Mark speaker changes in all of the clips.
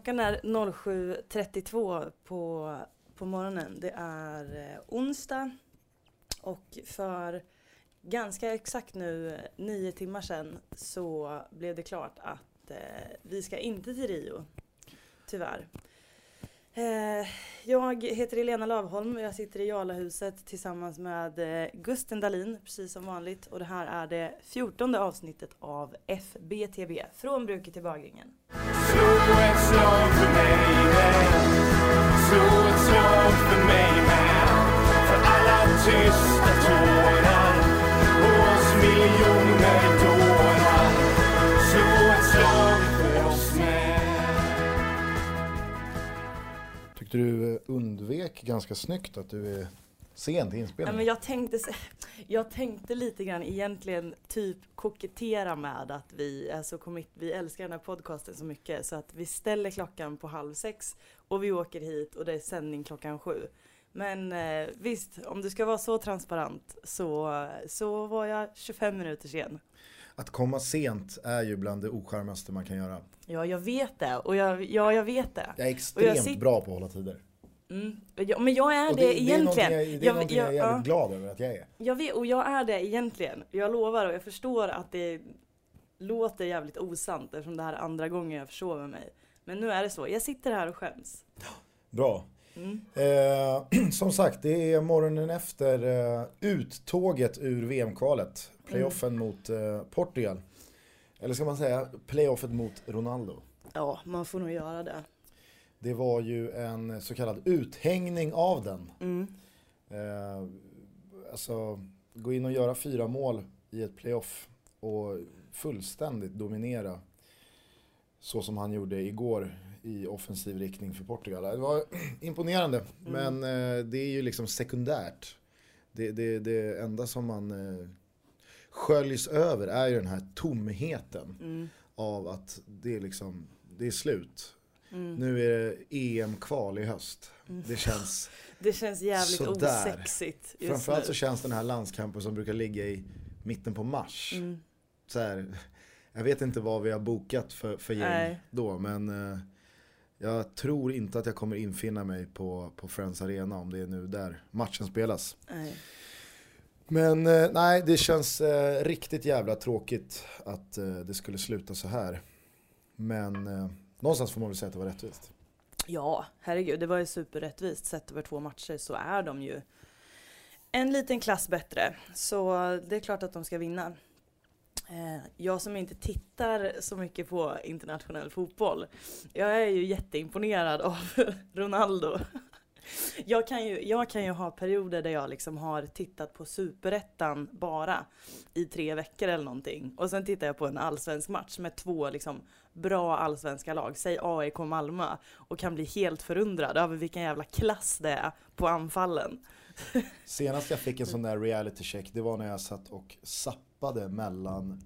Speaker 1: Klockan är 07.32 på morgonen. Det är onsdag och för ganska exakt nu 9 timmar sedan så blev det klart att vi ska inte till Rio, tyvärr. Jag heter Elena Lavholm och jag sitter i Jarlahuset tillsammans med Gusten Dahlin, precis som vanligt. Och det här är det 14:e avsnittet av FBTB, från bruket till bagringen.
Speaker 2: Slå ett slag för mig med. Slå ett slag för mig med. För alla tysta tårar och oss miljoner dårar. Slå ett slag för oss med.
Speaker 3: Tyckte du undvek ganska snyggt att du är sen till inspelningen?
Speaker 1: Ja, men jag tänkte lite grann egentligen typ kokettera med att vi älskar den här podcasten så mycket så att vi ställer klockan på 5:30 och vi åker hit och det är sändning 7:00. Men visst, om du ska vara så transparent så var jag 25 minuter sen. Att
Speaker 3: komma sent är ju bland det ocharmigaste man kan göra.
Speaker 1: Ja, jag vet det. Och jag vet det.
Speaker 3: Jag är extremt bra på att hålla tider.
Speaker 1: Ja, men jag är det egentligen.
Speaker 3: Det är någonting jag är jävligt glad över att jag är.
Speaker 1: Jag vet, och jag är det egentligen. Jag lovar och jag förstår att det låter jävligt osant eftersom det här är andra gången jag försover mig. Men nu är det så. Jag sitter här och skäms.
Speaker 3: Bra. Som sagt, det är morgonen efter uttåget ur VM-kvalet. Playoffen mot Portugal. Eller ska man säga playoffet mot Ronaldo?
Speaker 1: Ja, man får nog göra det.
Speaker 3: Det var ju en så kallad uthängning av den. Alltså, gå in och göra 4 mål i ett playoff och fullständigt dominera så som han gjorde igår i offensiv riktning för Portugal. Det var imponerande, men det är ju liksom sekundärt. Det enda som man sköljs över är ju den här tomheten av att det är slut. Nu är det EM-kval i höst.
Speaker 1: Det känns jävligt
Speaker 3: sådär.
Speaker 1: Osexigt just
Speaker 3: Framförallt
Speaker 1: nu.
Speaker 3: så känns den här landskampen som brukar ligga i mitten på mars. Så här, jag vet inte vad vi har bokat för gäng då, men jag tror inte att jag kommer infinna mig på Friends Arena om det är nu där matchen spelas.
Speaker 1: Nej.
Speaker 3: Men nej, det känns riktigt jävla tråkigt att det skulle sluta så här. Men någonstans får man väl säga att det var rättvist.
Speaker 1: Ja, herregud, det var ju superrättvist. Sett över 2 matcher så är de ju en liten klass bättre. Så det är klart att de ska vinna. Jag som inte tittar så mycket på internationell fotboll, jag är ju jätteimponerad av Ronaldo. Jag kan ju ha perioder där jag liksom har tittat på Superettan bara i 3 veckor eller någonting. Och sen tittar jag på en allsvensk match med 2 liksom bra allsvenska lag, säg AIK och Malmö, och kan bli helt förundrad över vilken jävla klass det är på anfallen.
Speaker 3: Senast jag fick en sån där reality check, det var när jag satt och zappade mellan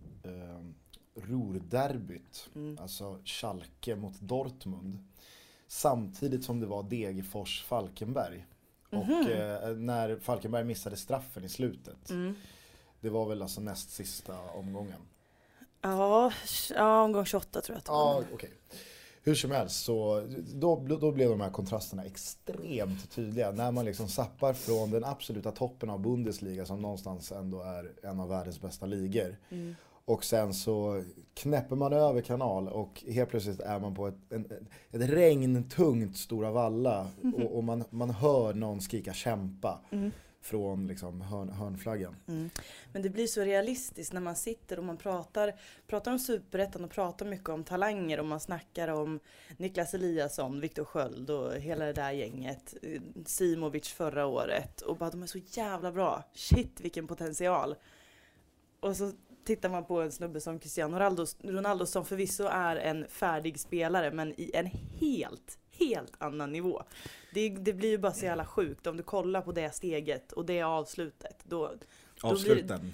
Speaker 3: Ruhrderbyt, alltså Schalke mot Dortmund, samtidigt som det var Degerfors-Falkenberg. Och när Falkenberg missade straffen i slutet. Det var väl alltså näst sista omgången.
Speaker 1: Ja, omgång 28 tror jag att det var.
Speaker 3: Ja, okej. Hur som helst, så då blev de här kontrasterna extremt tydliga. När man liksom zappar från den absoluta toppen av Bundesliga, som någonstans ändå är en av världens bästa ligor. Och sen så knäpper man över kanal och helt plötsligt är man på ett regntungt Stora Valla. Och man hör någon skrika kämpa från liksom hörnflaggan.
Speaker 1: Men det blir så realistiskt när man sitter och man pratar om Superettan och pratar mycket om talanger, och man snackar om Niklas Eliasson, Viktor Sköld och hela det där gänget, Simovic förra året, och bara de är så jävla bra. Shit, vilken potential. Och så tittar man på en snubbe som Cristiano Ronaldo som förvisso är en färdig spelare, men i en helt annan nivå. Det blir ju bara så jävla sjukt om du kollar på det steget och det avslutet.
Speaker 3: Avsluten.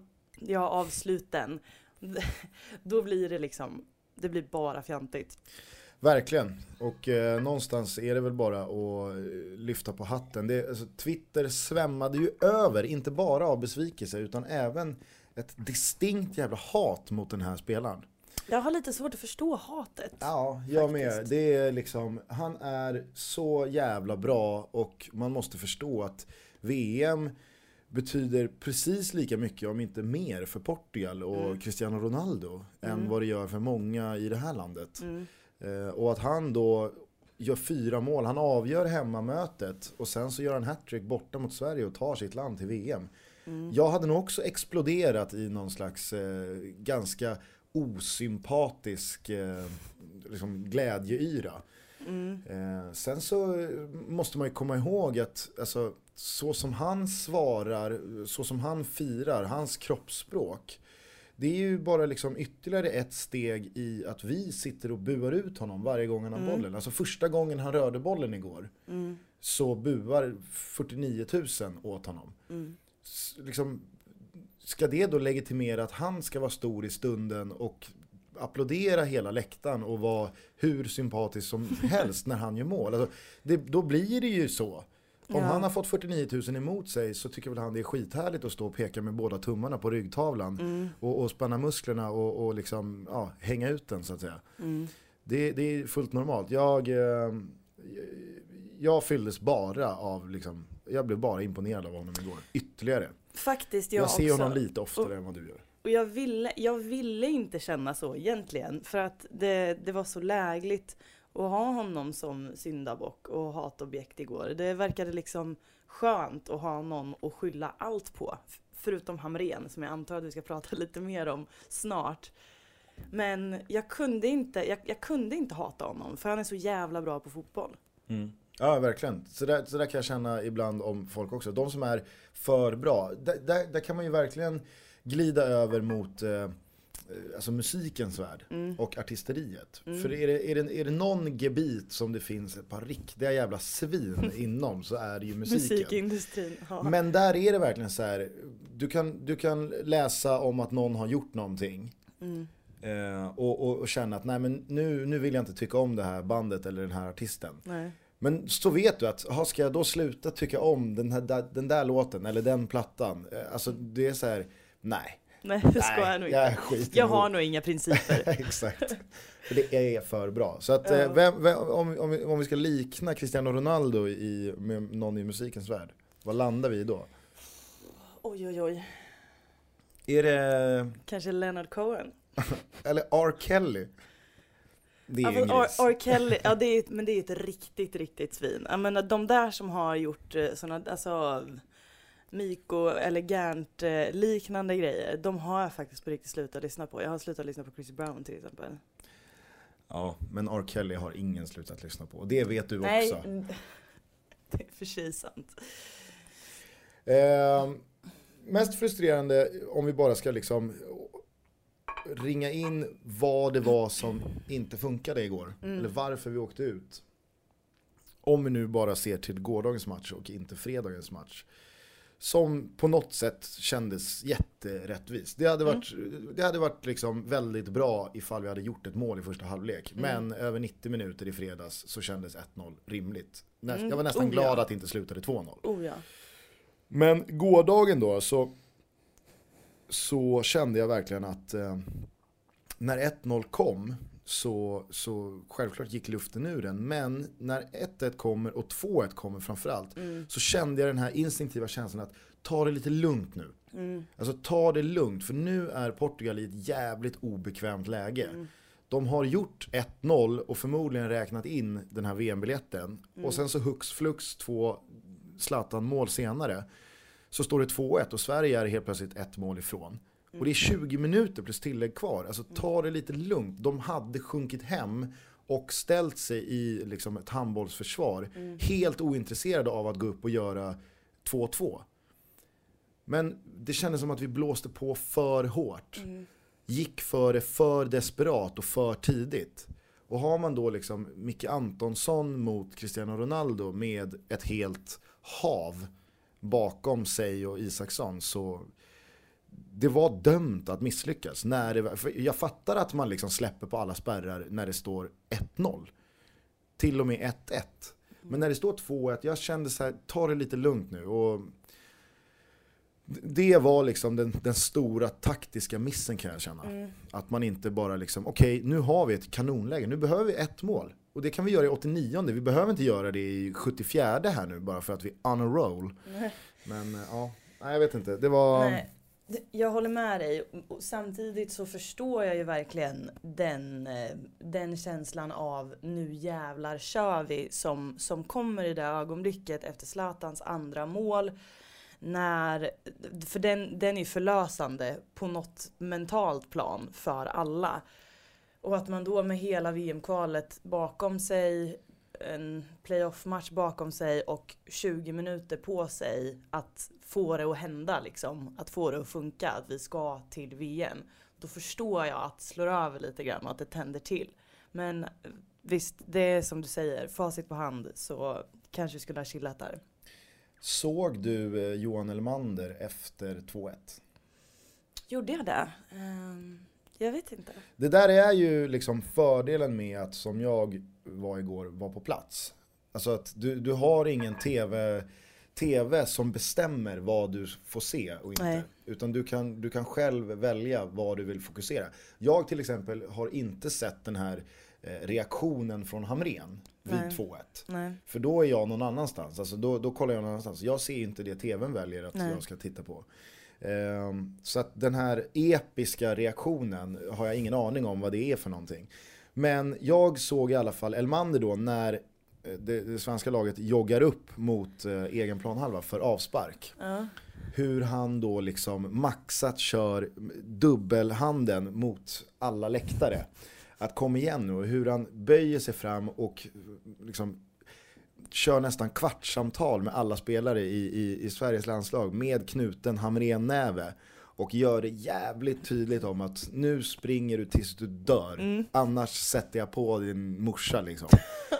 Speaker 1: Avsluten. Då blir det liksom, det blir bara fjantigt.
Speaker 3: Verkligen. Och någonstans är det väl bara att lyfta på hatten. Alltså, Twitter svämmade ju över, inte bara av besvikelse utan även ett distinkt jävla hat mot den här spelaren.
Speaker 1: Jag har lite svårt att förstå hatet.
Speaker 3: Ja, jag med.
Speaker 1: Faktiskt.
Speaker 3: Det är liksom, han är så jävla bra och man måste förstå att VM betyder precis lika mycket, om inte mer, för Portugal och Cristiano Ronaldo än vad det gör för många i det här landet. Och att han då gör 4 mål, han avgör hemmamötet och sen så gör han hattrick borta mot Sverige och tar sitt land till VM. Jag hade nog också exploderat i någon slags ganska osympatisk liksom glädjeyra. Sen så måste man ju komma ihåg att alltså, så som han svarar, så som han firar, hans kroppsspråk, det är ju bara liksom ytterligare ett steg i att vi sitter och buar ut honom varje gång han har bollen. Alltså första gången han rörde bollen igår så buar 49 000 åt honom. Liksom, ska det då legitimera att han ska vara stor i stunden och applådera hela läktaren och vara hur sympatisk som helst när han gör mål? Alltså, då blir det ju så. Om han har fått 49 000 emot sig så tycker väl han det är skithärligt att stå och peka med båda tummarna på ryggtavlan och spänna musklerna och liksom, ja, hänga ut den så att säga. Det är fullt normalt. Jag fylldes bara av liksom, jag blev bara imponerad av honom igår. Ytterligare.
Speaker 1: Faktiskt,
Speaker 3: jag ser
Speaker 1: också.
Speaker 3: honom lite oftare än vad du gör.
Speaker 1: Och jag ville inte känna så egentligen, för att det var så lägligt att ha honom som syndabock och hatobjekt igår. Det verkade liksom skönt att ha någon att skylla allt på, förutom Hamrén som jag antar att vi ska prata lite mer om snart. Men jag kunde inte hata honom, för han är så jävla bra på fotboll.
Speaker 3: Ja, verkligen. Så där kan jag känna ibland om folk också. De som är för bra, där kan man ju verkligen glida över mot alltså musikens värld och artisteriet. För är det någon gebit som det finns ett par riktiga jävla svin inom, så är det ju musiken.
Speaker 1: Musikindustrin. Ja.
Speaker 3: Men där är det verkligen så här, du kan läsa om att någon har gjort någonting och känna att nej, men nu vill jag inte tycka om det här bandet eller den här artisten. Nej. Men så vet du att ska jag då sluta tycka om den där låten eller den plattan? Alltså det är så här, nej.
Speaker 1: Nej, det ska jag nog inte. Jag har nog inga principer.
Speaker 3: Exakt. För det är för bra. Så att om vi ska likna Cristiano Ronaldo med någon i musikens värld, vad landar vi då?
Speaker 1: Oj.
Speaker 3: Är det
Speaker 1: kanske Leonard Cohen?
Speaker 3: Eller R. Kelly? Det är
Speaker 1: R. Kelly, ja, men det är ett riktigt svin. Jag menar, de där som har gjort såna, alltså Miko elegant liknande grejer, de har jag faktiskt på riktigt slutat lyssna på. Jag har slutat lyssna på Chris Brown till exempel.
Speaker 3: Ja, men R. Kelly har ingen slutat lyssna på. Det vet du
Speaker 1: Nej,
Speaker 3: också.
Speaker 1: det är för sig sant.
Speaker 3: Mest frustrerande, om vi bara ska liksom ringa in vad det var som inte funkade igår. Eller varför vi åkte ut. Om vi nu bara ser till gårdagens match och inte fredagens match. Som på något sätt kändes jätterättvis. Det hade varit liksom väldigt bra ifall vi hade gjort ett mål i första halvlek. Men över 90 minuter i fredags så kändes 1-0 rimligt. Jag var nästan glad att det inte slutade 2-0.
Speaker 1: Ja.
Speaker 3: Men gårdagen då så kände jag verkligen att när 1-0 kom så självklart gick luften ur den. Men när 1-1 kommer och 2-1 kommer framförallt så kände jag den här instinktiva känslan att ta det lite lugnt nu. Alltså ta det lugnt, för nu är Portugal i ett jävligt obekvämt läge. De har gjort 1-0 och förmodligen räknat in den här VM-biljetten. Och sen så hux flux 2 Zlatan-mål senare så står det 2-1 och Sverige är helt plötsligt 1 mål ifrån. Och det är 20 minuter plus tillägg kvar. Alltså ta det lite lugnt. De hade sjunkit hem och ställt sig i liksom ett handbollsförsvar. Helt ointresserade av att gå upp och göra 2-2. Men det kändes som att vi blåste på för hårt. Gick för det för desperat och för tidigt. Och har man då liksom Micke Antonsson mot Cristiano Ronaldo med ett helt hav bakom sig och Isaksson, så det var dömt att misslyckas. För jag fattar att man liksom släpper på alla spärrar när det står 1-0. Till och med 1-1. Men när det står 2-1, jag kände så här, ta det lite lugnt nu. Och Det var liksom den stora taktiska missen, kan jag känna. Att man inte bara liksom, okej, nu har vi ett kanonläge, nu behöver vi ett mål. Och det kan vi göra i 89:e, vi behöver inte göra det i 74:e här nu bara för att vi on a roll.
Speaker 1: Nej.
Speaker 3: Men ja, jag vet inte, det var...
Speaker 1: Nej, jag håller med dig, och samtidigt så förstår jag ju verkligen den känslan av nu jävlar kör vi som kommer i det ögonblicket efter Zlatans andra mål. För den är förlösande på något mentalt plan för alla. Och att man då med hela VM-kvalet bakom sig, en playoff-match bakom sig och 20 minuter på sig att få det att hända liksom, att få det att funka, att vi ska till VM. Då förstår jag att slår över lite grann och att det tänder till. Men visst, det är som du säger, facit på hand, så kanske vi skulle ha chillat där.
Speaker 3: Såg du Johan Elmander efter 2-1?
Speaker 1: Gjorde jag det? Jag vet inte.
Speaker 3: Det där är ju liksom fördelen med att, som jag var igår, var på plats. Alltså att du har ingen tv som bestämmer vad du får se och inte. Nej. Utan du kan själv välja vad du vill fokusera. Jag till exempel har inte sett den här reaktionen från Hamrén vid 2-1.
Speaker 1: Nej.
Speaker 3: För då är jag någon annanstans. Alltså då kollar jag någon annanstans. Jag ser inte det tvn väljer att jag ska titta på. Så att den här episka reaktionen har jag ingen aning om vad det är för någonting. Men jag såg i alla fall Elmander då när det svenska laget joggar upp mot egen planhalva för avspark. Hur han då liksom maxat kör dubbelhanden mot alla läktare. Att komma igen nu, och hur han böjer sig fram och liksom kör nästan kvartssamtal med alla spelare i Sveriges landslag med knuten Hamrén-näve och gör det jävligt tydligt om att nu springer du tills du dör. Annars sätter jag på din morsa liksom.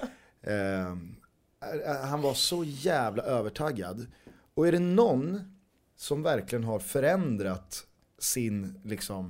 Speaker 3: Han var så jävla övertaggad. Och är det någon som verkligen har förändrat sin liksom,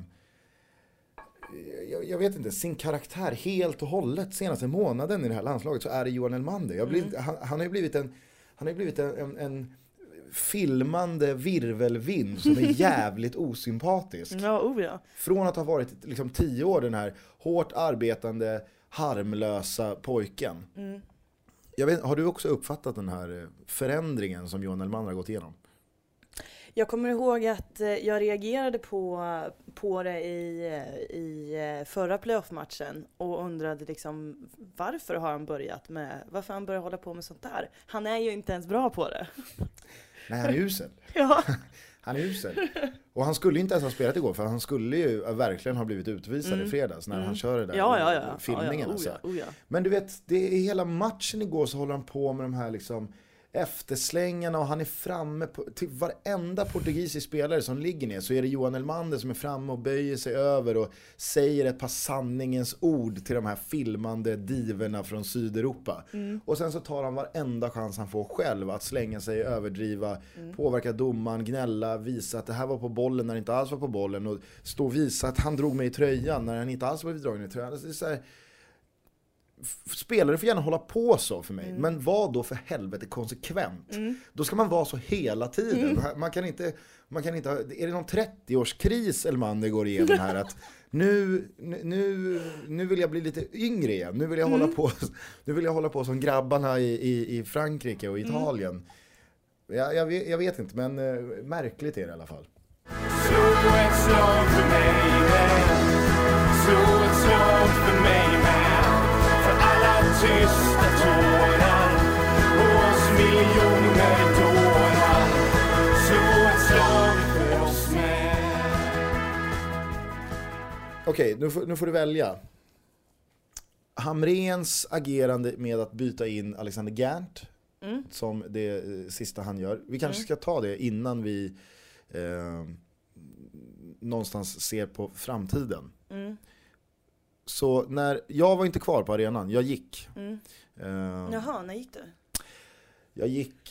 Speaker 3: jag vet inte, sin karaktär helt och hållet senaste månaden i det här landslaget, så är det Johan Elmander. Han har ju blivit en filmande virvelvind som är jävligt osympatisk.
Speaker 1: Ja.
Speaker 3: Från att ha varit liksom 10 år den här hårt arbetande, harmlösa pojken. Har du också uppfattat den här förändringen som Johan Elmander har gått igenom?
Speaker 1: Jag kommer ihåg att jag reagerade på det i förra playoff-matchen och undrade liksom, varför har han börjat hålla på med sånt där? Han är ju inte ens bra på det.
Speaker 3: Nej, han är usel.
Speaker 1: Ja.
Speaker 3: Han är usel. Och han skulle inte ens ha spelat igår, för han skulle ju verkligen ha blivit utvisad i fredags när han kör det där filmningen.
Speaker 1: Ja.
Speaker 3: Men du vet, det är hela matchen igår så håller han på med de här liksom efterslängarna, och han är framme till varenda portugisisk spelare som ligger ner, så är det Johan Elmander som är framme och böjer sig över och säger ett par sanningens ord till de här filmande diverna från Sydeuropa. Och sen så tar han varenda chans han får själv att slänga sig, överdriva, påverka domaren, gnälla, visa att det här var på bollen när det inte alls var på bollen, och stå och visa att han drog mig i tröjan när han inte alls var dragen i tröjan. Det är så här, spelare får gärna hålla på så för mig, men var då för helvete konsekvent. Då ska man vara så hela tiden. Man kan inte är det någon 30-årskris Elmander går igenom här, att nu vill jag bli lite yngre igen. Nu vill jag hålla på som grabbarna i Frankrike och Italien. Jag vet inte, men märkligt är det i alla fall.
Speaker 2: Slå ett slag för mig, slå ett slag för mig, tysta tårar och oss miljoner dårar. Slå ett slag för oss med.
Speaker 3: Okej, nu får du välja. Hamréns agerande med att byta in Alexander Gärnt som det sista han gör. Vi kanske ska ta det innan vi någonstans ser på framtiden. Så när jag var inte kvar på arenan, jag gick.
Speaker 1: Jaha, när gick du?
Speaker 3: Jag gick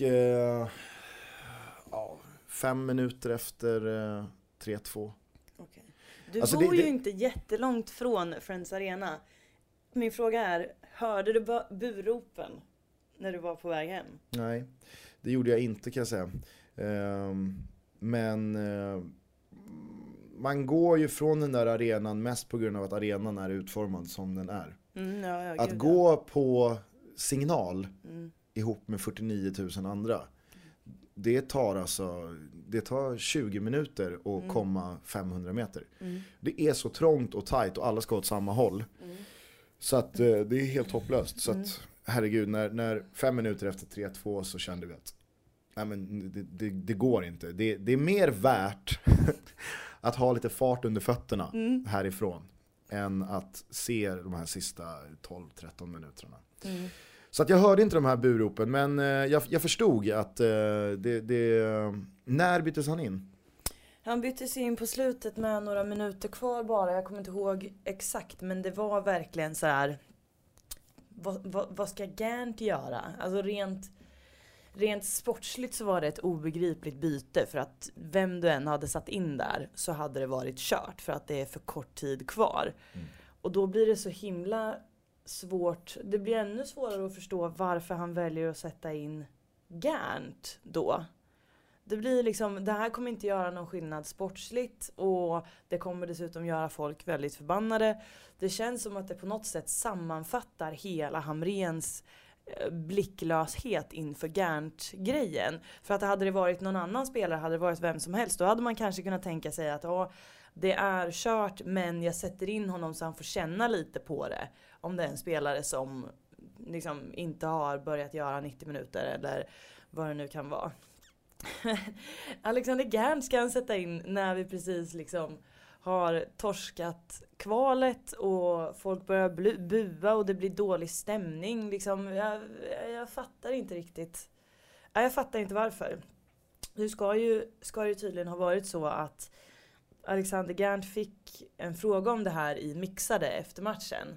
Speaker 3: 5 minuter efter 3-2.
Speaker 1: Okay. Du alltså bor ju inte jättelångt från Friends Arena. Min fråga är, hörde du buropen när du var på väg hem?
Speaker 3: Nej, det gjorde jag inte, kan jag säga. Men man går ju från den där arenan mest på grund av att arenan är utformad som den är. Att gå på signal ihop med 49 000 andra, det tar 20 minuter att komma 500 meter. Det är så trångt och tajt och alla ska åt samma håll. Så att det är helt hopplöst. Så att herregud, när 5 minuter efter 3-2 så kände vi att nej, men det går inte. Det är mer värt att ha lite fart under fötterna härifrån än att se de här sista 12-13 minuterna. Så att jag hörde inte de här buropen, men jag förstod att när byttes han in?
Speaker 1: Han byttes in på slutet med några minuter kvar bara. Jag kommer inte ihåg exakt, men det var verkligen så här. Vad ska Gant göra? Alltså rent sportsligt så var det ett obegripligt byte, för att vem du än hade satt in där så hade det varit kört, för att det är för kort tid kvar. Och då blir det så himla svårt. Det blir ännu svårare att förstå varför han väljer att sätta in Gant då. Det blir liksom, det här kommer inte göra någon skillnad sportsligt, och det kommer dessutom göra folk väldigt förbannade. Det känns som att det på något sätt sammanfattar hela Hamréns blicklöshet inför Gant-grejen. För att hade det varit någon annan spelare, hade det varit vem som helst, då hade man kanske kunnat tänka sig att det är kört, men jag sätter in honom så han får känna lite på det. Om det är en spelare som liksom inte har börjat göra 90 minuter eller vad det nu kan vara. Alexander Gant ska han sätta in när vi precis liksom har torskat kvalet och folk börjar bua och det blir dålig stämning. Liksom, jag fattar inte riktigt. Jag fattar inte varför. Nu ska det tydligen ha varit så att Alexander Gant fick en fråga om det här i Mixade efter matchen.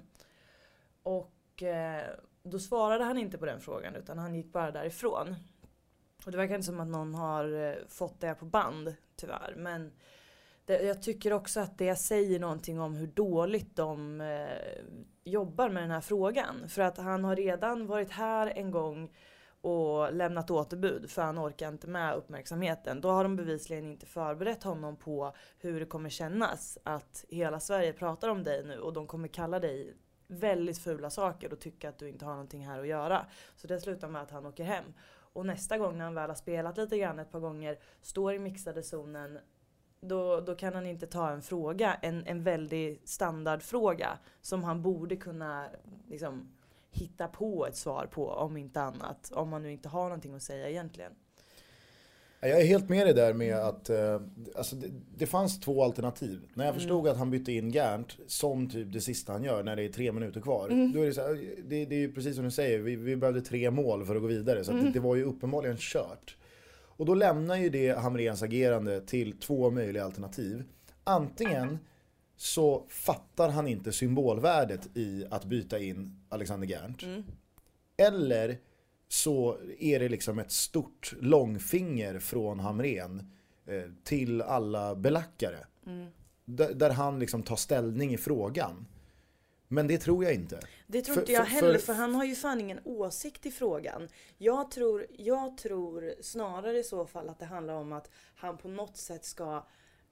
Speaker 1: Och då svarade han inte på den frågan, utan han gick bara därifrån. Och det verkar inte som att någon har fått det på band, tyvärr. Men jag tycker också att det säger någonting om hur dåligt de jobbar med den här frågan. För att han har redan varit här en gång och lämnat återbud, för han orkar inte med uppmärksamheten. Då har de bevisligen inte förberett honom på hur det kommer kännas att hela Sverige pratar om dig nu, och de kommer kalla dig väldigt fula saker och tycka att du inte har någonting här att göra. Så det slutar med att han åker hem. Och nästa gång när han väl har spelat lite grann ett par gånger, står i mixade zonen, då kan han inte ta en fråga, en väldigt standardfråga som han borde kunna liksom hitta på ett svar på, om inte annat, om man nu inte har någonting att säga egentligen.
Speaker 3: Jag är helt med dig där med att alltså det fanns 2 alternativ. När jag förstod att han bytte in Gant som typ det sista han gör när det är 3 minuter kvar. Då är det så här, det är ju precis som du säger, vi behövde 3 mål för att gå vidare, så att det var ju uppenbarligen kört. Och då lämnar ju det Hamréns agerande till 2 möjliga alternativ. Antingen så fattar han inte symbolvärdet i att byta in Alexander Gant. Eller så är det liksom ett stort långfinger från Hamrén till alla belackare. Där han liksom tar ställning i frågan. Men det tror jag inte.
Speaker 1: Det tror inte jag heller, för han har ju fan ingen åsikt i frågan. Jag tror snarare i så fall att det handlar om att han på något sätt ska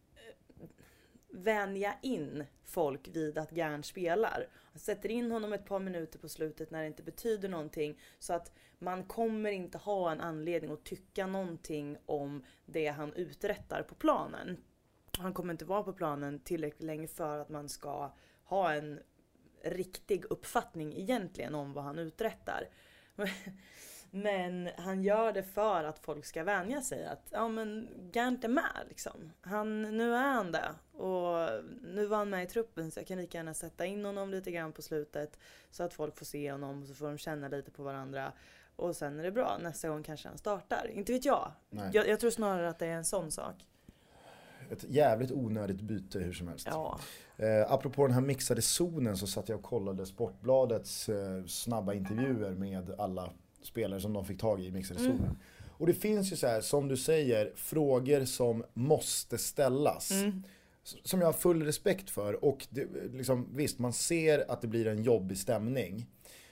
Speaker 1: vänja in folk vid att Gant spelar. Han sätter in honom ett par minuter på slutet när det inte betyder någonting, så att man kommer inte ha en anledning att tycka någonting om det han uträttar på planen. Han kommer inte vara på planen tillräckligt länge för att man ska ha en riktig uppfattning egentligen om vad han uträttar. Men han gör det för att folk ska vänja sig att ja, men Gant är med liksom. Nu är han det, och nu var han med i truppen, så jag kan lika gärna sätta in honom lite grann på slutet så att folk får se honom, och så får de känna lite på varandra, och sen är det bra. Nästa gång kanske han startar. Inte vet jag. Jag tror snarare att det är en sån sak.
Speaker 3: Ett jävligt onödigt byte hur som helst.
Speaker 1: Ja.
Speaker 3: Apropå den här mixade zonen, så satt jag och kollade Sportbladets snabba intervjuer med alla spelare som de fick tag i mixade zonen. Och det finns ju så här, som du säger, frågor som måste ställas. Som jag har full respekt för. Och det, liksom, visst, man ser att det blir en jobbig stämning.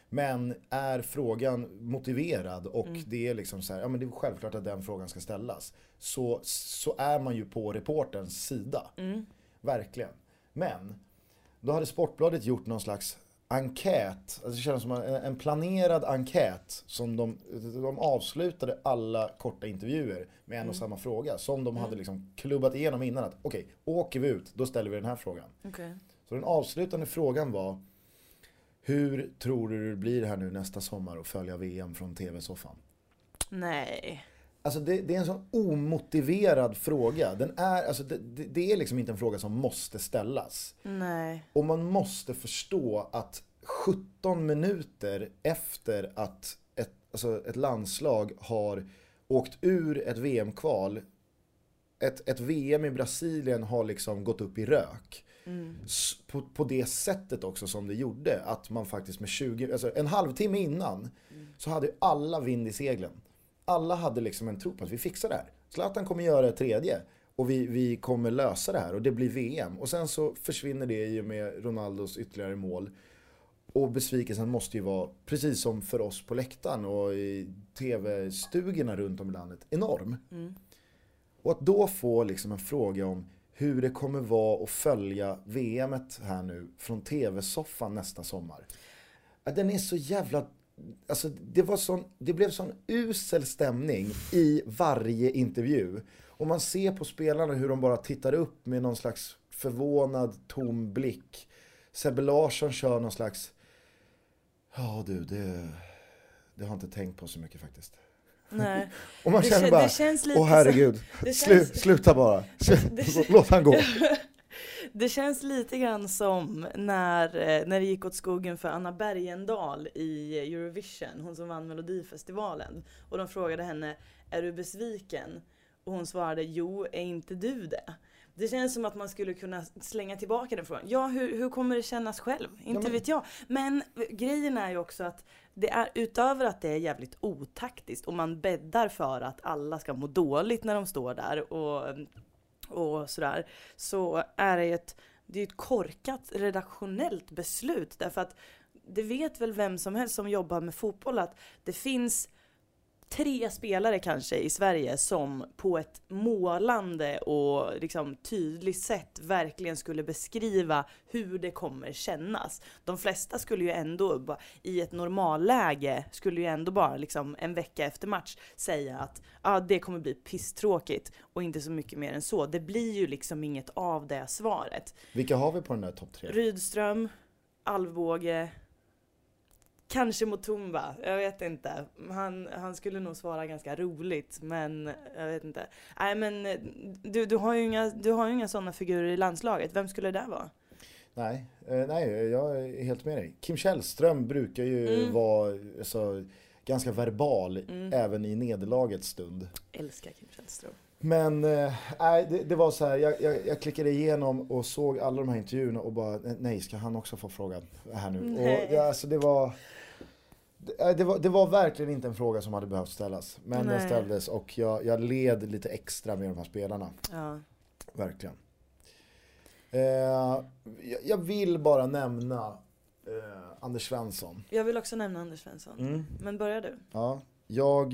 Speaker 3: Men är frågan motiverad och det är liksom så här, ja men det är självklart att den frågan ska ställas. Så är man ju på reporterns sida. Verkligen. Men då hade Sportbladet gjort någon slags enkät, alltså det känns som en planerad enkät som de avslutade alla korta intervjuer med en och samma fråga som de hade liksom klubbat igenom innan att okej, åker vi ut, då ställer vi den här frågan. Så den avslutande frågan var: hur tror du det blir här nu nästa sommar att följa VM från tv-soffan?
Speaker 1: Nej.
Speaker 3: Alltså det är en sån omotiverad fråga. Den är, alltså det är liksom inte en fråga som måste ställas.
Speaker 1: Nej.
Speaker 3: Och man måste förstå att 17 minuter efter att ett landslag har åkt ur ett VM-kval, ett VM i Brasilien har liksom gått upp i rök. På det sättet också som det gjorde, att man faktiskt med en halvtimme innan så hade alla vind i seglen. Alla hade liksom en tro på att vi fixar det här. Zlatan kommer göra ett tredje och vi kommer lösa det här och det blir VM. Och sen så försvinner det i och med Ronaldos ytterligare mål. Och besvikelsen måste ju vara, precis som för oss på läktaren och i tv-stugorna runt om i landet, enorm. Och att då få liksom en fråga om hur det kommer vara att följa VMet här nu från tv-soffan nästa sommar. Den är så jävla... Alltså det blev sån usel stämning i varje intervju. Och man ser på spelarna hur de bara tittar upp med någon slags förvånad tom blick. Sebbe Larsson kör någon slags... Ja du, det har jag inte tänkt på så mycket faktiskt.
Speaker 1: Nej.
Speaker 3: Och man känner bara, åh herregud, sluta bara. Låt han gå.
Speaker 1: Det känns lite grann som när det gick åt skogen för Anna Bergendahl i Eurovision, hon som vann Melodifestivalen. Och de frågade henne, är du besviken? Och hon svarade, jo, är inte du det? Det känns som att man skulle kunna slänga tillbaka den frågan. Ja, hur kommer det kännas själv? Inte vet jag. Men grejen är ju också att det är, utöver att det är jävligt otaktiskt och man bäddar för att alla ska må dåligt när de står där och sådär, så är det är ett korkat redaktionellt beslut, därför att det vet väl vem som helst som jobbar med fotboll att det finns 3 spelare kanske i Sverige som på ett målande och liksom tydligt sätt verkligen skulle beskriva hur det kommer kännas. De flesta skulle ju ändå i ett normalläge skulle ju ändå bara liksom en vecka efter match säga att det kommer bli pisstråkigt och inte så mycket mer än så. Det blir ju liksom inget av det svaret.
Speaker 3: Vilka har vi på den där topp 3?
Speaker 1: Rydström, Alvbåge, kanske Mutumba, jag vet inte. Han skulle nog svara ganska roligt, men jag vet inte. Nej, men du har ju inga sådana figurer i landslaget. Vem skulle det vara?
Speaker 3: Nej, jag är helt med dig. Kim Källström brukar ju vara ganska verbal även i nederlagets stund.
Speaker 1: Älskar Kim Källström.
Speaker 3: Men det var så här, jag klickade igenom och såg alla de här intervjuerna och bara, nej, ska han också få frågan här nu? Och det var verkligen inte en fråga som hade behövt ställas. Men den ställdes och jag led lite extra med de här spelarna. Ja. Verkligen. Jag vill bara nämna Anders Svensson.
Speaker 1: Jag vill också nämna Anders Svensson. Men börjar du?
Speaker 3: Ja, jag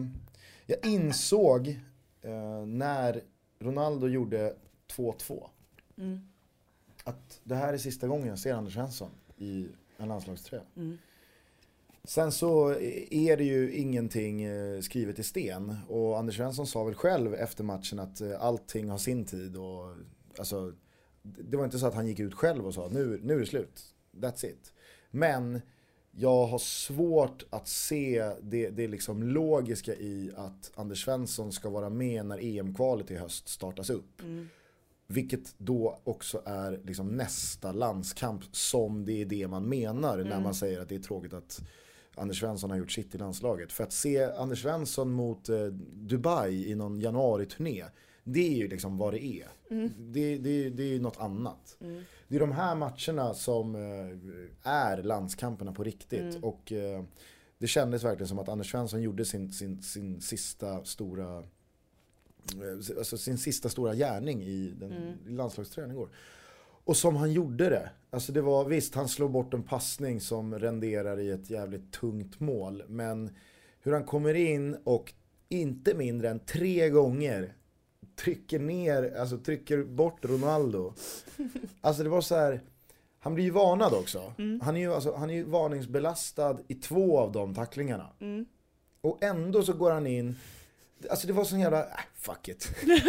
Speaker 3: insåg när Ronaldo gjorde 2-2 att det här är sista gången jag ser Anders Svensson i en landslagströja. Sen så är det ju ingenting skrivet i sten, och Anders Svensson sa väl själv efter matchen att allting har sin tid, och alltså, det var inte så att han gick ut själv och sa nu är det slut, that's it. Men jag har svårt att se det liksom logiska i att Anders Svensson ska vara med när EM-kvalet i höst startas upp. Vilket då också är liksom nästa landskamp, som det är det man menar när man säger att det är tråkigt att Anders Svensson har gjort sitt i landslaget. För att se Anders Svensson mot Dubai i någon januari-turné, det är ju liksom vad det är. Det är ju något annat. Det är de här matcherna som är landskamperna på riktigt. Och det kändes verkligen som att Anders Svensson gjorde sin sista stora, alltså sin sista stora gärning i landslagströjan igår. Och som han gjorde det. Alltså det var, visst, han slår bort en passning som renderar i ett jävligt tungt mål. Men hur han kommer in och inte mindre än 3 gånger trycker bort Ronaldo. Alltså det var så här, han blir ju varnad också. Han är ju varningsbelastad i 2 av de tacklingarna. Och ändå så går han in. Alltså det var sån jävla, fuck it.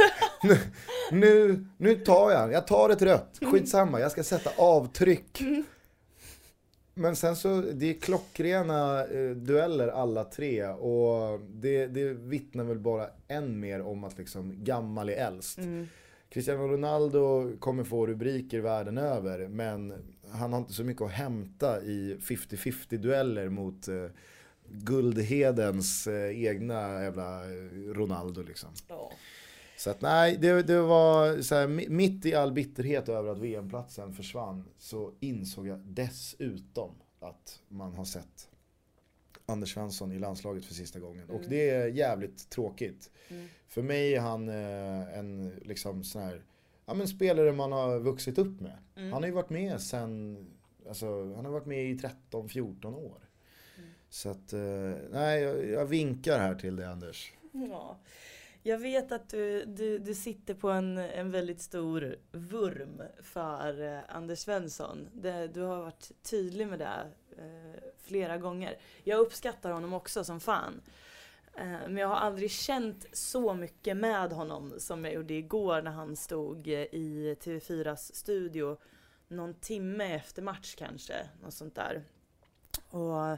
Speaker 3: nu tar jag tar ett rött. Skitsamma, jag ska sätta avtryck. Men sen så, det är klockrena dueller alla 3. Och det vittnar väl bara än mer om att liksom gammal är äldst. Cristiano Ronaldo kommer få rubriker världen över. Men han har inte så mycket att hämta i 50-50 dueller mot Guldhedens egna jävla Ronaldo liksom. Så att nej, det var så här, mitt i all bitterhet över att VM-platsen försvann, så insåg jag dessutom att man har sett Anders Svensson i landslaget för sista gången. Och det är jävligt tråkigt. För mig är han en liksom sån här, spelare man har vuxit upp med. Han har ju varit med sen, alltså han har varit med i 13-14 år. Så att, nej, jag vinkar här till dig, Anders.
Speaker 1: Ja. Jag vet att du sitter på en väldigt stor vurm för Anders Svensson. Du har varit tydlig med det flera gånger. Jag uppskattar honom också som fan. Men jag har aldrig känt så mycket med honom som jag gjorde igår när han stod i TV4s studio någon timme efter match kanske. Något sånt där. Och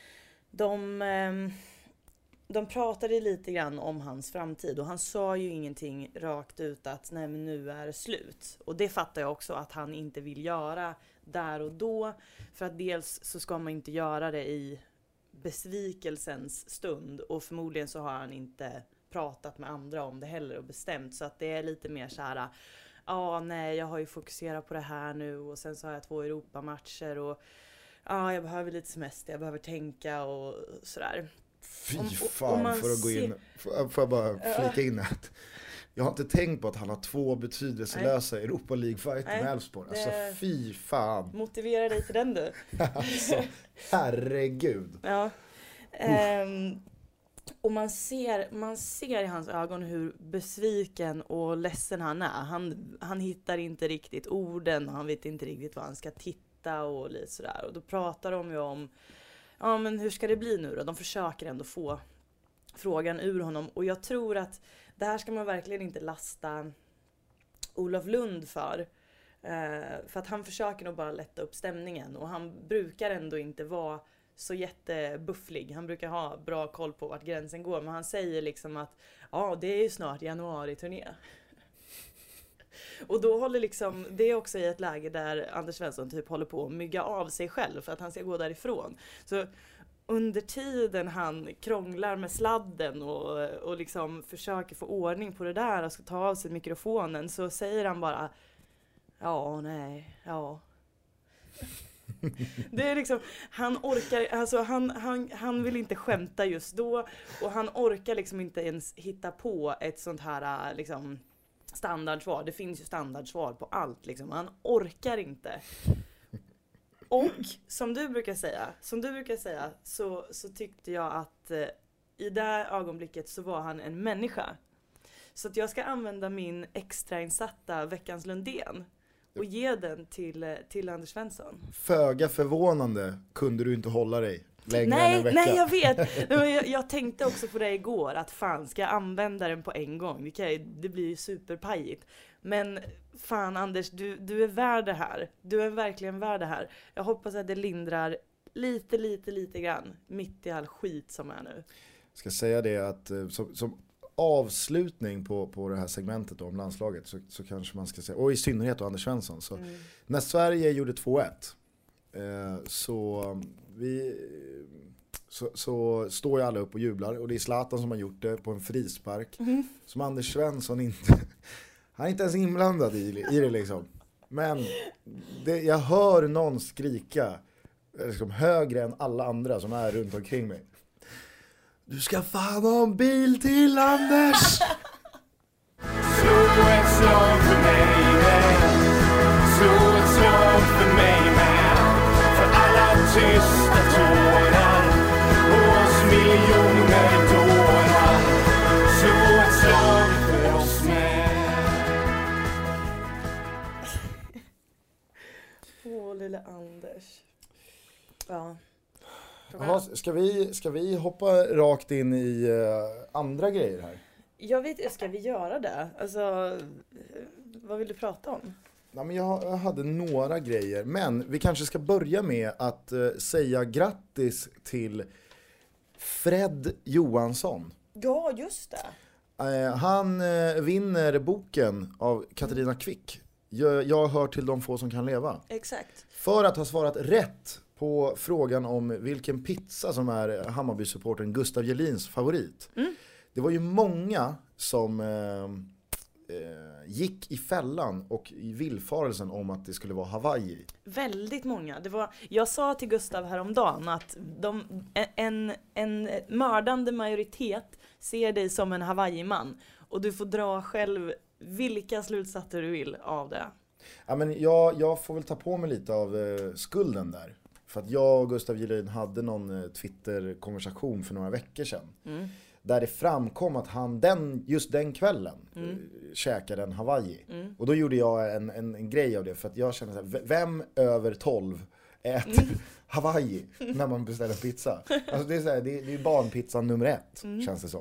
Speaker 1: de pratade lite grann om hans framtid och han sa ju ingenting rakt ut att nej, men nu är det slut. Och det fattar jag också att han inte vill göra där och då, för att dels så ska man inte göra det i besvikelsens stund och förmodligen så har han inte pratat med andra om det heller och bestämt, så att det är lite mer så här: nej, jag har ju fokuserat på det här nu och sen så har jag 2 Europamatcher och jag behöver lite semester, jag behöver tänka och sådär.
Speaker 3: Fy fan, för att gå in, får jag bara flika in att jag har inte tänkt på att han har 2 betydelselösa Europa League-fighter med Elfsborg. Alltså fy fan.
Speaker 1: Motivera dig till den du.
Speaker 3: Alltså, herregud.
Speaker 1: Ja. Och man ser i hans ögon hur besviken och ledsen han är. Han hittar inte riktigt orden, han vet inte riktigt vad han ska titta och lite sådär. Och då pratar de ju om men hur ska det bli nu då? De försöker ändå få frågan ur honom. Och jag tror att det här ska man verkligen inte lasta Olof Lund för. För att han försöker nog bara lätta upp stämningen. Och han brukar ändå inte vara så jättebufflig. Han brukar ha bra koll på vart gränsen går. Men han säger liksom att det är ju snart januari-turné. Och då håller liksom, det är också i ett läge där Anders Svensson typ håller på att mygga av sig själv för att han ska gå därifrån. Så under tiden han krånglar med sladden och liksom försöker få ordning på det där och ska ta av sig mikrofonen, så säger han bara det är liksom, han orkar, alltså han vill inte skämta just då och han orkar liksom inte ens hitta på ett sånt här liksom standardsvar. Det finns ju standardsvar på allt liksom. Han orkar inte. Och som du brukar säga så tyckte jag att i det ögonblicket så var han en människa. Så att jag ska använda min extrainsatta veckans Lundén och ge den till Anders Svensson.
Speaker 3: Föga förvånande kunde du inte hålla dig längre än en vecka.
Speaker 1: Nej, jag vet. Jag tänkte också på det igår, att fan, ska jag använda den på en gång? Det blir ju superpajigt. Men fan Anders, du är värd det här. Du är verkligen värd det här. Jag hoppas att det lindrar lite grann mitt i all skit som är nu.
Speaker 3: Jag ska säga det att som avslutning på det här segmentet om landslaget så kanske man ska säga, och i synnerhet Anders Svensson, så när Sverige gjorde 2-1 så står ju alla upp och jublar, och det är Zlatan som har gjort det på en frispark som Anders Svensson inte han är inte ens inblandad i det liksom. Men jag hör någon skrika liksom högre än alla andra som är runt omkring mig: du ska fan ha en bil till, Anders!
Speaker 2: Slå ett slag för mig, Slå ett slag för mig med, för alla tysta tårar och oss miljoner dårar. Slå ett slag för oss med.
Speaker 1: Lille Anders. Ja.
Speaker 3: Jaha, ska vi hoppa rakt in i andra grejer här?
Speaker 1: Jag vet, ska vi göra det? Alltså, vad vill du prata om?
Speaker 3: Ja, men jag hade några grejer, men vi kanske ska börja med att säga grattis till Fred Johansson.
Speaker 1: Ja, just det.
Speaker 3: Han vinner boken av Katarina Kvick. Jag hör till de få som kan leva.
Speaker 1: Exakt.
Speaker 3: För att ha svarat rätt på frågan om vilken pizza som är Hammarby-supporten Gustav Jelins favorit. Det var ju många som gick i fällan och i villfarelsen om att det skulle vara Hawaii.
Speaker 1: Väldigt många. Jag sa till Gustav häromdagen att en mördande majoritet ser dig som en Hawaii-man. Och du får dra själv vilka slutsatser du vill av det.
Speaker 3: Ja, men jag får väl ta på mig lite av skulden där. För att jag och Gustav Jelin hade någon Twitter-konversation för några veckor sedan. Där det framkom att han just den kvällen käkade en Hawaii. Och då gjorde jag en grej av det. För att jag kände så här, vem över 12 äter Hawaii när man beställer pizza? Alltså det är så här, det är barnpizzan nummer 1, känns det som.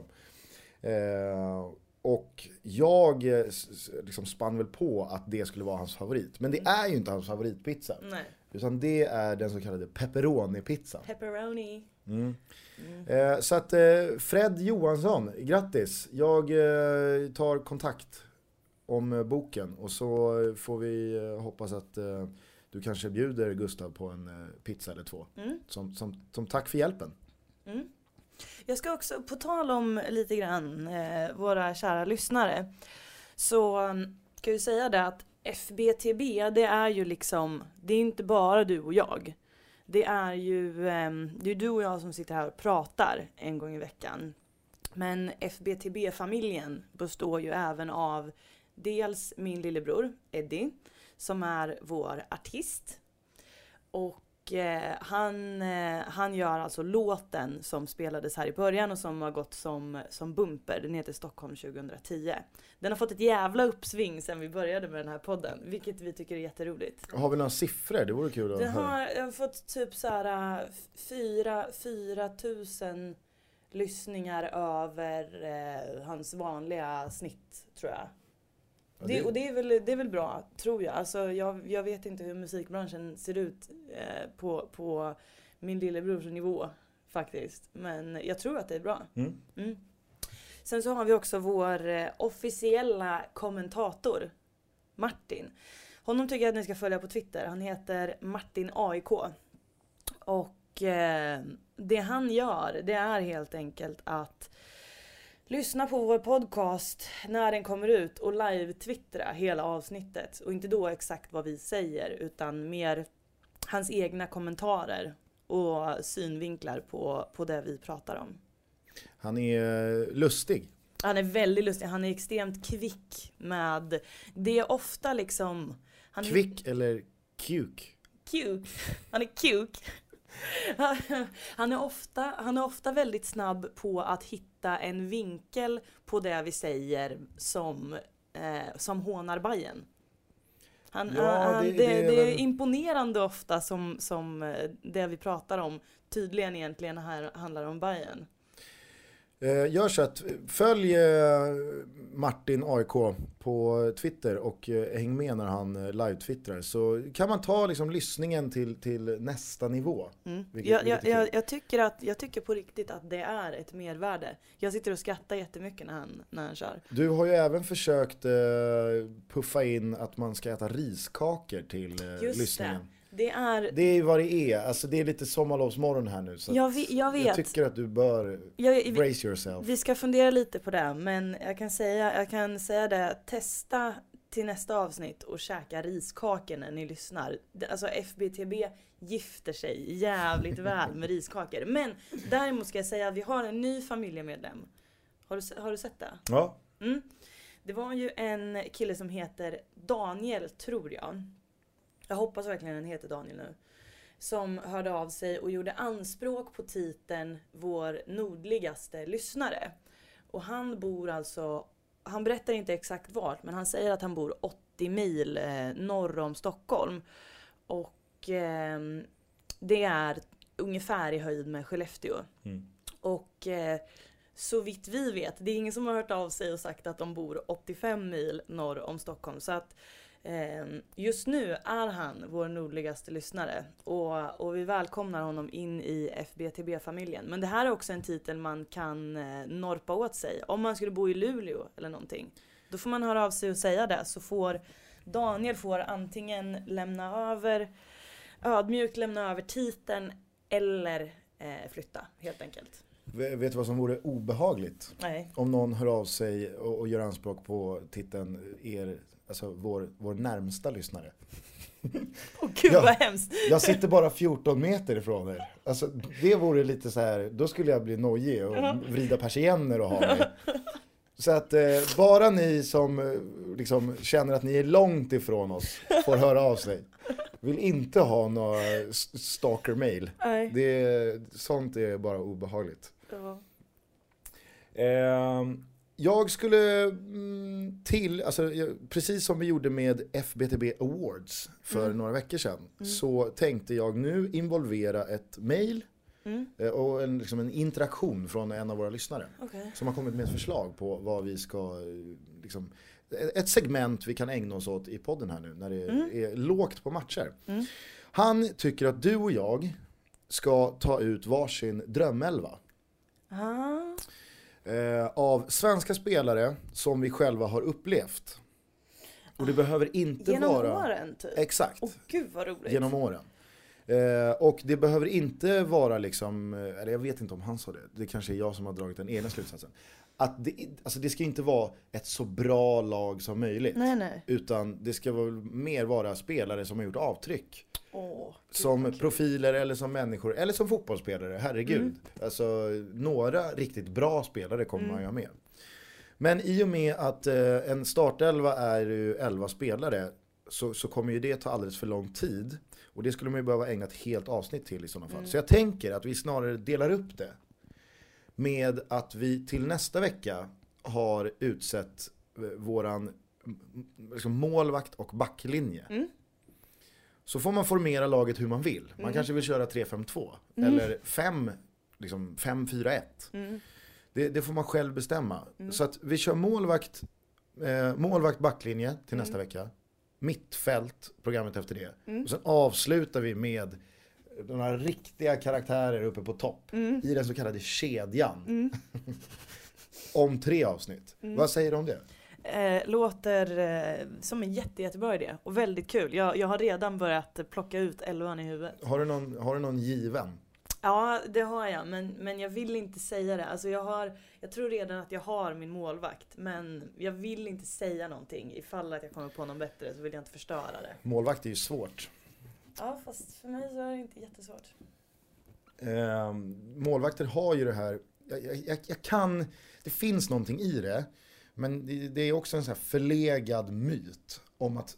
Speaker 3: Och jag liksom spann väl på att det skulle vara hans favorit. Men det är ju inte hans favoritpizza.
Speaker 1: Nej.
Speaker 3: Utan det är den så kallade pepperoni-pizza.
Speaker 1: Pepperoni.
Speaker 3: Så att Fred Johansson, grattis. Jag tar kontakt om boken. Och så får vi hoppas att du kanske bjuder Gustav på en pizza eller 2. Som tack för hjälpen.
Speaker 1: Jag ska också, på tal om lite grann våra kära lyssnare, så ska jag säga det att FBTB, det är ju liksom, det är inte bara du och jag. Det är ju det är du och jag som sitter här och pratar en gång i veckan. Men FBTB-familjen består ju även av dels min lillebror Eddie, som är vår artist. Och han gör alltså låten som spelades här i början och som har gått som bumper. Den heter Stockholm 2010. Den har fått ett jävla uppsving sen vi började med den här podden, vilket vi tycker är jätteroligt.
Speaker 3: Har vi några siffror? Det vore kul att höra.
Speaker 1: Den har fått typ så här 4,000 lyssningar över hans vanliga snitt, tror jag. Ja, det är väl bra, tror jag. Alltså, jag vet inte hur musikbranschen ser ut på min lillebrors nivå faktiskt. Men jag tror att det är bra. Sen så har vi också vår officiella kommentator, Martin. Honom tycker jag att ni ska följa på Twitter. Han heter Martin AIK. Och det han gör, det är helt enkelt att lyssna på vår podcast när den kommer ut och live-twittra hela avsnittet. Och inte då exakt vad vi säger, utan mer hans egna kommentarer och synvinklar på det vi pratar om. Han
Speaker 3: är lustig.
Speaker 1: Han är väldigt lustig. Han är extremt kvick med... Det är ofta liksom...
Speaker 3: Kvick eller kuk?
Speaker 1: Kuk. Han är kuk. Han är ofta väldigt snabb på att hitta en vinkel på det vi säger som hånar Bajen. Det är imponerande ofta som det vi pratar om tydligen egentligen här handlar om Bajen.
Speaker 3: Gör så att följ Martin AIK på Twitter och häng med när han live-twittrar, så kan man ta liksom lyssningen till nästa nivå.
Speaker 1: Jag tycker på riktigt att det är ett mervärde. Jag sitter och skrattar jättemycket när han kör. Du har ju även försökt puffa in att man ska äta riskakor till lyssningen. Det är vad det är. Alltså det är lite sommarlovsmorgon här nu. Så jag vet. Jag tycker att du bör brace yourself. Vi ska fundera lite på det. Men jag kan säga det. Testa till nästa avsnitt och käka riskakor när ni lyssnar. Alltså FBTB gifter sig jävligt väl med riskakor. Men däremot ska jag säga att vi har en ny familjemedlem. Har du sett det? Ja. Det var ju en kille som heter Daniel, tror jag. jag hoppas verkligen den heter Daniel nu, som hörde av sig och gjorde anspråk på titeln vår nordligaste lyssnare. Och han bor alltså, han berättar inte exakt vart, men han säger att han bor 80 mil norr om Stockholm. Och det är ungefär i höjd med Skellefteå. Och så vitt vi vet, det är ingen som har hört av sig och sagt att de bor 85 mil norr om Stockholm. Så att just nu är han vår nordligaste lyssnare. Och vi välkomnar honom in i FBTB-familjen. Men det här är också en titel man kan norpa åt sig. Om man skulle bo i Luleå eller någonting, då får man höra av sig och säga det. Så får Daniel antingen ödmjukt lämna över titeln eller flytta helt enkelt.
Speaker 3: Vet du vad som vore obehagligt?
Speaker 1: Nej.
Speaker 3: Om någon hör av sig och gör anspråk på titeln alltså vår närmsta lyssnare.
Speaker 1: Åh gud vad hemskt.
Speaker 3: Jag sitter bara 14 meter ifrån er. Alltså det vore lite så här, då skulle jag bli nojig och vrida persienner och ha mig. Så att bara ni som liksom känner att ni är långt ifrån oss får höra av sig. Vill inte ha några stalker-mail. Sånt är bara obehagligt.
Speaker 1: Ja.
Speaker 3: Jag skulle precis som vi gjorde med FBTB Awards för några veckor sedan, så tänkte jag nu involvera ett mail och en interaktion från en av våra lyssnare som har kommit med ett förslag på vad vi ska ett segment vi kan ägna oss åt i podden här nu när det är lågt på matcher. Han tycker att du och jag ska ta ut varsin drömelva. Av svenska spelare som vi själva har upplevt. Och det behöver inte
Speaker 1: genom
Speaker 3: vara...
Speaker 1: Genom åren typ?
Speaker 3: Exakt.
Speaker 1: Åh gud vad roligt.
Speaker 3: Genom åren. Och det behöver inte vara eller jag vet inte om han sa det. Det kanske är jag som har dragit den egna slutsatsen. Att det ska inte vara ett så bra lag som möjligt.
Speaker 1: Nej. Utan
Speaker 3: det ska mer vara spelare som har gjort avtryck. Som profiler eller som människor eller som fotbollsspelare, herregud. Alltså några riktigt bra spelare kommer man ju ha med. Men i och med att en startelva är ju 11 spelare så kommer ju det ta alldeles för lång tid. Och det skulle man ju behöva ägna ett helt avsnitt till i sådana fall. Så jag tänker att vi snarare delar upp det med att vi till nästa vecka har utsett våran målvakt och backlinje. Så får man formera laget hur man vill. Man kanske vill köra 3-5-2 eller 5-4-1. Det får man själv bestämma. Så att vi kör målvakt backlinje till nästa vecka. Mittfält, programmet efter det. Och sen avslutar vi med några riktiga karaktärer uppe på topp. I den så kallade kedjan. Om 3 avsnitt. Vad säger du om det?
Speaker 1: Låter som en jättebra idé och väldigt kul. Jag har redan börjat plocka ut 11 i huvudet.
Speaker 3: Har du någon given?
Speaker 1: Ja, det har jag, men jag vill inte säga det. Alltså jag tror redan att jag har min målvakt, men jag vill inte säga någonting. Ifall att jag kommer på någon bättre så vill jag inte förstöra det.
Speaker 3: Målvakt är ju svårt.
Speaker 1: Ja, fast för mig så är det inte jättesvårt.
Speaker 3: Målvakter har ju det här. Det finns någonting i det. Men det är också en sån här förlegad myt om att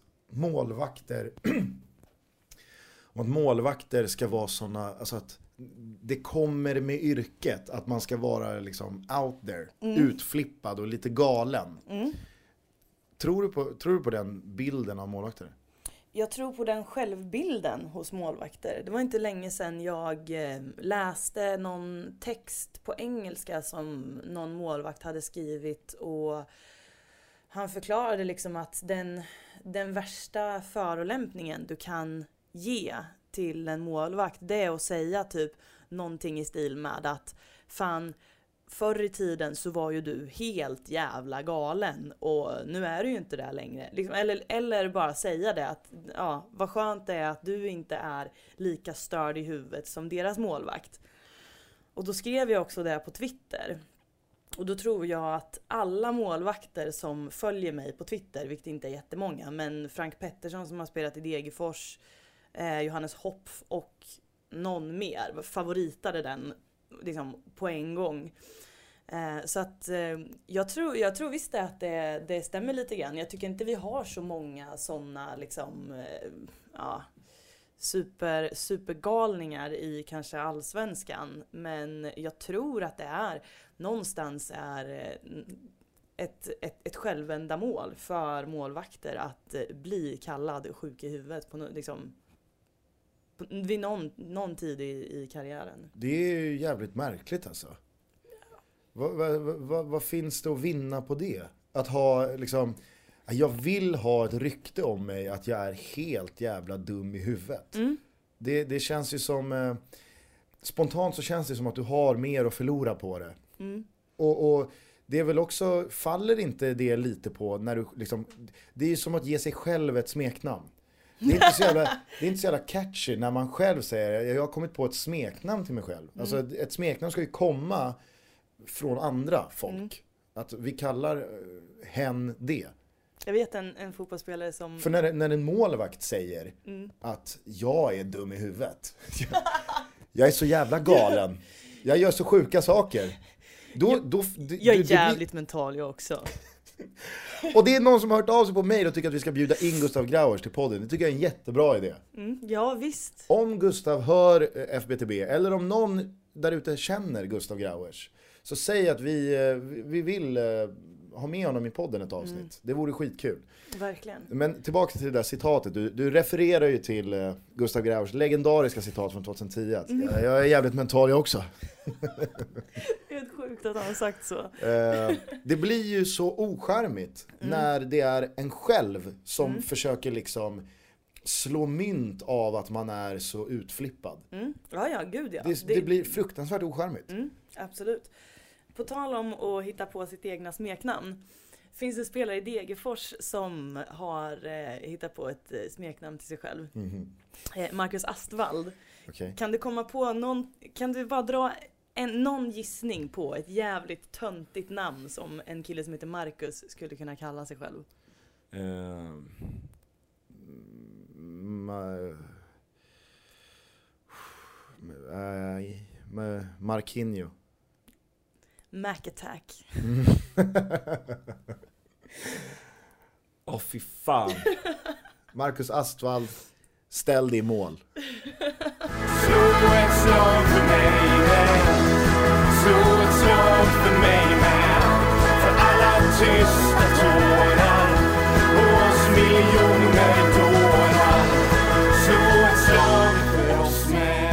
Speaker 3: målvakter ska vara såna, alltså att det kommer med yrket att man ska vara out there, utflippad och lite galen. Tror du på den bilden av målvakter?
Speaker 1: Jag tror på den självbilden hos målvakter. Det var inte länge sedan jag läste någon text på engelska som någon målvakt hade skrivit. Och han förklarade att den värsta förolämpningen du kan ge till en målvakt, det är att säga typ någonting i stil med att fan, förr i tiden så var ju du helt jävla galen och nu är du ju inte där längre. Eller bara säga det att ja, vad skönt det är att du inte är lika störd i huvudet som deras målvakt. Och då skrev jag också det på Twitter. Och då tror jag att alla målvakter som följer mig på Twitter, vilket inte är jättemånga, men Frank Pettersson som har spelat i Degerfors, Johannes Hopf och någon mer favoritade den på en gång. Så att jag tror visst att det stämmer lite grann. Jag tycker inte vi har så många sådana liksom, supergalningar i kanske allsvenskan. Men jag tror att det är någonstans ett självändamål för målvakter att bli kallad sjuk i huvudet på liksom, vid någon tid i karriären.
Speaker 3: Det är ju jävligt märkligt alltså. Vad finns det att vinna på det? Att ha liksom, jag vill ha ett rykte om mig att jag är helt jävla dum i huvudet. Det känns ju som, spontant så känns det som att du har mer att förlora på det. Och det är väl också, faller inte det lite på när du liksom, det är ju som att ge sig själv ett smeknamn. Det är inte så jävla catchy när man själv säger, jag har kommit på ett smeknamn till mig själv. Alltså ett smeknamn ska ju komma från andra folk. Att vi kallar hen det.
Speaker 1: Jag vet en fotbollsspelare som...
Speaker 3: För när en målvakt säger att jag är dum i huvudet. Jag är så jävla galen. Jag gör så sjuka saker.
Speaker 1: Jag är jävligt mental jag också.
Speaker 3: Och det är någon som har hört av sig på mig och tycker att vi ska bjuda in Gustav Grauers till podden. Det tycker jag är en jättebra idé.
Speaker 1: Ja, visst.
Speaker 3: Om Gustav hör FBTB eller om någon där ute känner Gustav Grauers, så säg att vi vill ha med honom i podden ett avsnitt. Det vore skitkul.
Speaker 1: Verkligen.
Speaker 3: Men tillbaka till det där citatet. Du refererar ju till Gustav Grauers legendariska citat från 2010. Att, jag är jävligt mental jag också.
Speaker 1: Det är helt sjukt att han har sagt så.
Speaker 3: Det blir ju så ocharmigt när det är en själv som försöker liksom slå mynt av att man är så utflippad.
Speaker 1: Ja, gud ja.
Speaker 3: Det blir fruktansvärt ocharmigt.
Speaker 1: Absolut. På tal om att hitta på sitt egna smeknamn. Finns det spelare i Degerfors som har hittat på ett smeknamn till sig själv. Marcus Astvald.
Speaker 3: Okay.
Speaker 1: Kan du komma på kan du bara dra någon gissning på ett jävligt töntigt namn som en kille som heter Marcus skulle kunna kalla sig själv?
Speaker 3: Marquinhos.
Speaker 1: Mac Attack.
Speaker 3: Fy fan. Marcus Astvald, ställ dig i mål.
Speaker 2: Slå ett slag för mig med. Slå ett slag för mig med. För alla tysta tårar och oss miljoner dårar. Slå ett slag för oss med.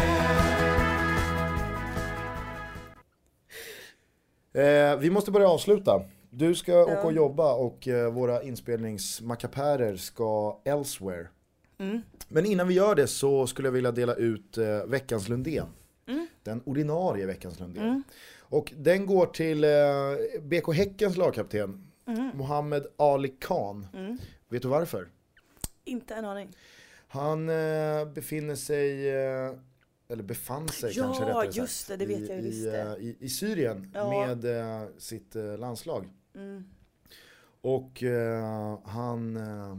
Speaker 3: Vi måste börja avsluta. Du ska åka och jobba och våra inspelningsmackapärer ska elsewhere. Men innan vi gör det så skulle jag vilja dela ut veckans Lundén. Den ordinarie veckans Lundén. Och den går till BK Häckens lagkapten Mohammed Ali Khan. Vet du varför?
Speaker 1: Inte en aning.
Speaker 3: Han befann sig kanske rättare sagt.
Speaker 1: Just det vet jag visst.
Speaker 3: I Syrien med sitt landslag. Och han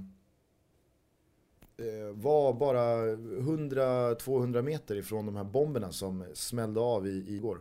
Speaker 3: var bara 100-200 meter ifrån de här bomberna som smällde av igår.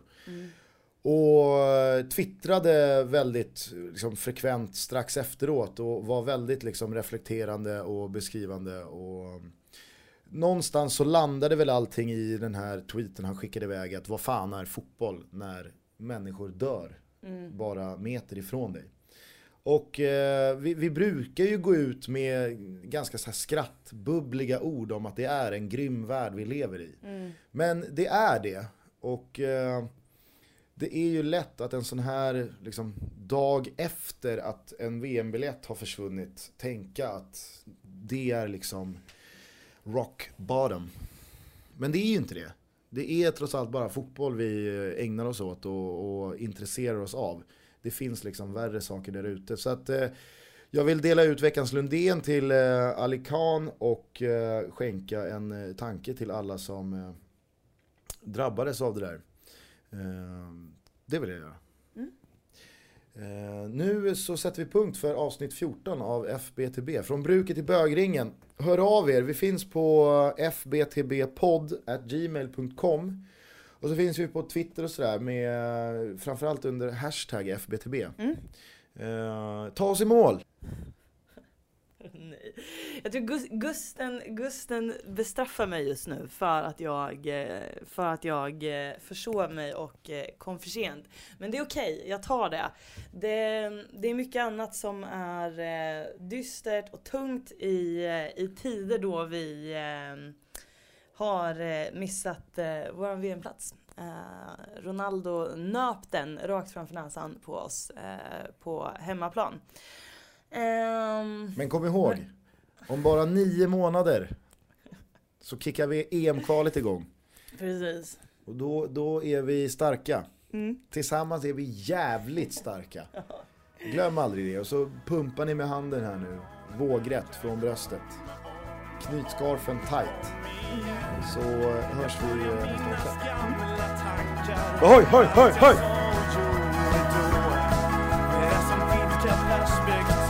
Speaker 3: Och twittrade väldigt liksom, frekvent strax efteråt och var väldigt liksom, reflekterande och beskrivande. Och någonstans så landade väl allting i den här tweeten han skickade iväg, att vad fan är fotboll när människor dör bara meter ifrån dig. Och vi brukar ju gå ut med ganska så här skrattbubbliga ord om att det är en grym värld vi lever i. Men det är det. Och det är ju lätt att en sån här liksom, dag efter att en VM-biljett har försvunnit tänka att det är liksom rock bottom. Men det är ju inte det. Det är trots allt bara fotboll vi ägnar oss åt och intresserar oss av. Det finns liksom värre saker där ute. Så att jag vill dela ut veckans Lundén till Ali Khan och skänka en tanke till alla som drabbades av det där. Det vill jag göra. Nu så sätter vi punkt för avsnitt 14 av FBTB. Från bruket till bögringen. Hör av er. Vi finns på fbtbpodd@gmail.com. Och så finns vi på Twitter och sådär med framförallt under hashtag FBTB. Ta oss i mål!
Speaker 1: Nej. Jag tror Gusten bestraffar mig just nu för att jag försov mig och kom för sent. Men det är okej, jag tar det. Det är mycket annat som är dystert och tungt i tider då vi har missat vår VM-plats. Ronaldo nöp den rakt framför näsan på oss på hemmaplan.
Speaker 3: Men kom ihåg, om bara 9 månader så kickar vi EM-kvalet igång.
Speaker 1: Precis.
Speaker 3: Och då är vi starka. Tillsammans är vi jävligt starka. Glöm aldrig det. Och så pumpar ni med handen här nu. Vågrätt från bröstet. Knyt scarfen tight. Så hörs vi nästa vecka. Hoj, hoj, hoj, hoj!
Speaker 2: Perspektiv